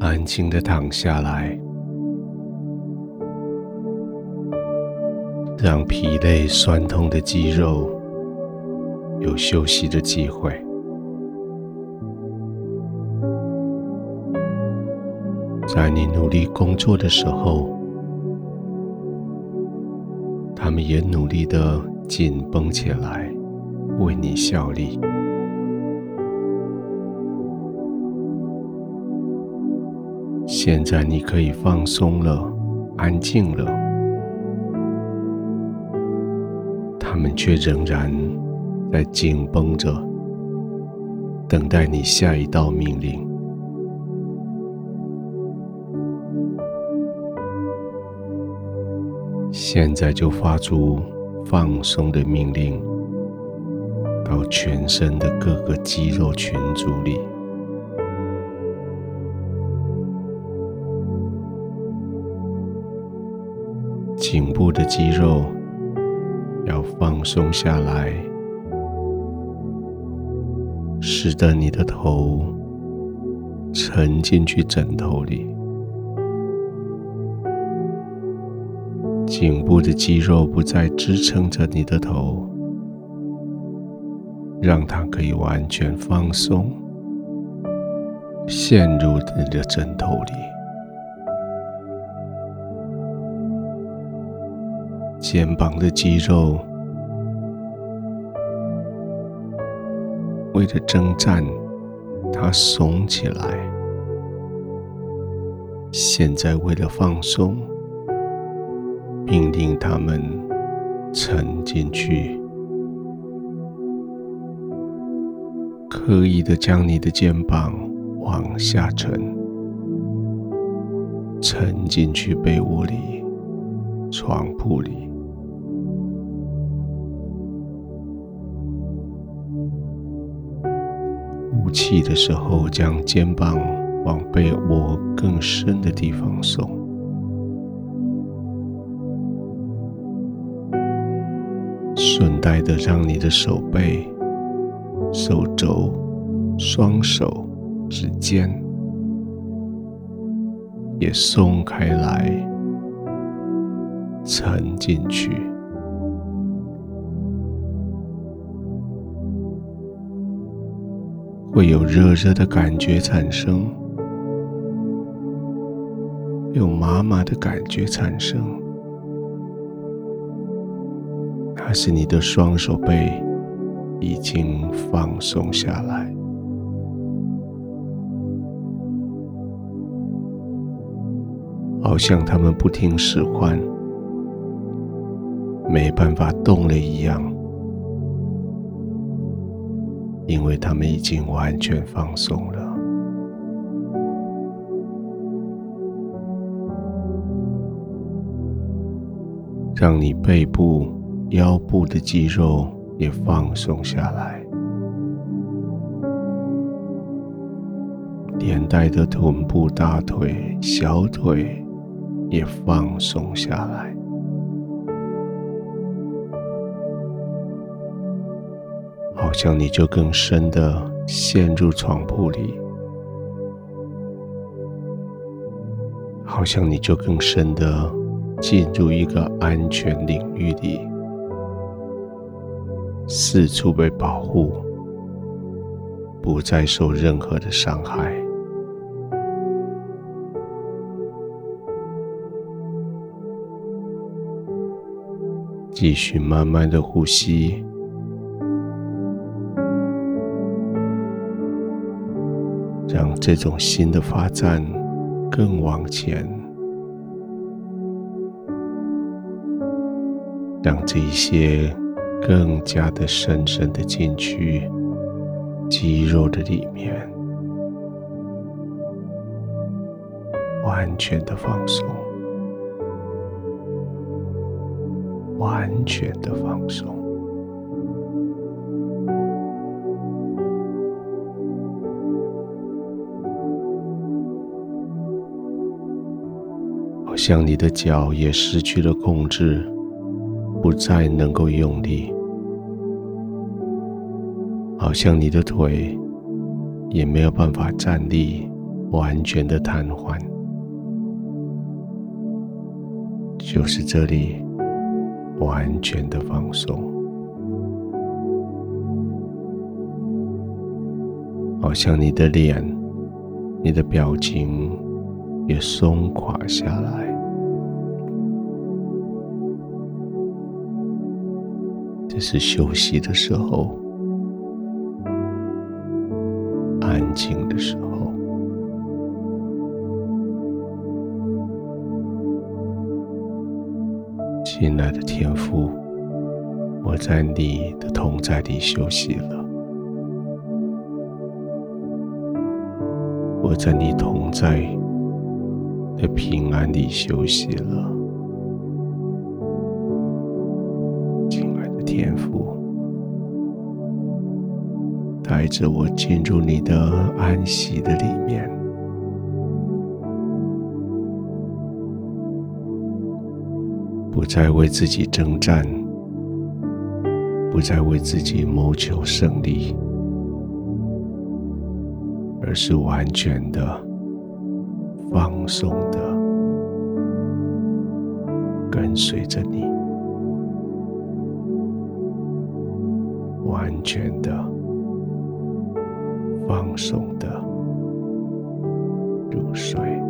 安静地躺下来，让疲累酸痛的肌肉有休息的机会。在你努力工作的时候，他们也努力地紧绷起来，为你效力。现在你可以放松了，安静了，他们却仍然在紧绷着，等待你下一道命令。现在就发出放松的命令，到全身的各个肌肉群组里。颈部的肌肉要放松下来，使得你的头沉进去枕头里。颈部的肌肉不再支撑着你的头，让它可以完全放松，陷入你的枕头里。肩膀的肌肉为了征战，它耸起来，现在为了放松，并令它们沉进去，刻意地将你的肩膀往下沉进去被窝里、床铺里。呼气的时候，将肩膀往被窝更深的地方送。顺带的让你的手背、手肘、双手、指尖也松开来，沉进去。会有热热的感觉产生，有麻麻的感觉产生，那是你的双手背已经放松下来。好像他们不听使唤，没办法动了一样，因为他们已经完全放松了。让你背部、腰部的肌肉也放松下来，连带的臀部、大腿、小腿也放松下来。好像你就更深的陷入床铺里，好像你就更深的进入一个安全领域里，四处被保护，不再受任何的伤害。继续慢慢的呼吸，让这种新的发展更往前，让这一些更加的深深的进去肌肉的里面，完全的放松，完全的放松。好像你的脚也失去了控制，不再能够用力，好像你的腿也没有办法站立完全的瘫痪，就是这里完全的放松，好像你的脸、你的表情也松垮下来。这是休息的时候，安静的时候。亲爱的天父，我在你的同在里休息了，我在你同在的平安里休息了。亲爱的天父，带着我进入你的安息的里面，不再为自己征战，不再为自己谋求胜利，而是完全的放松的跟随着你，完全的放松的入睡。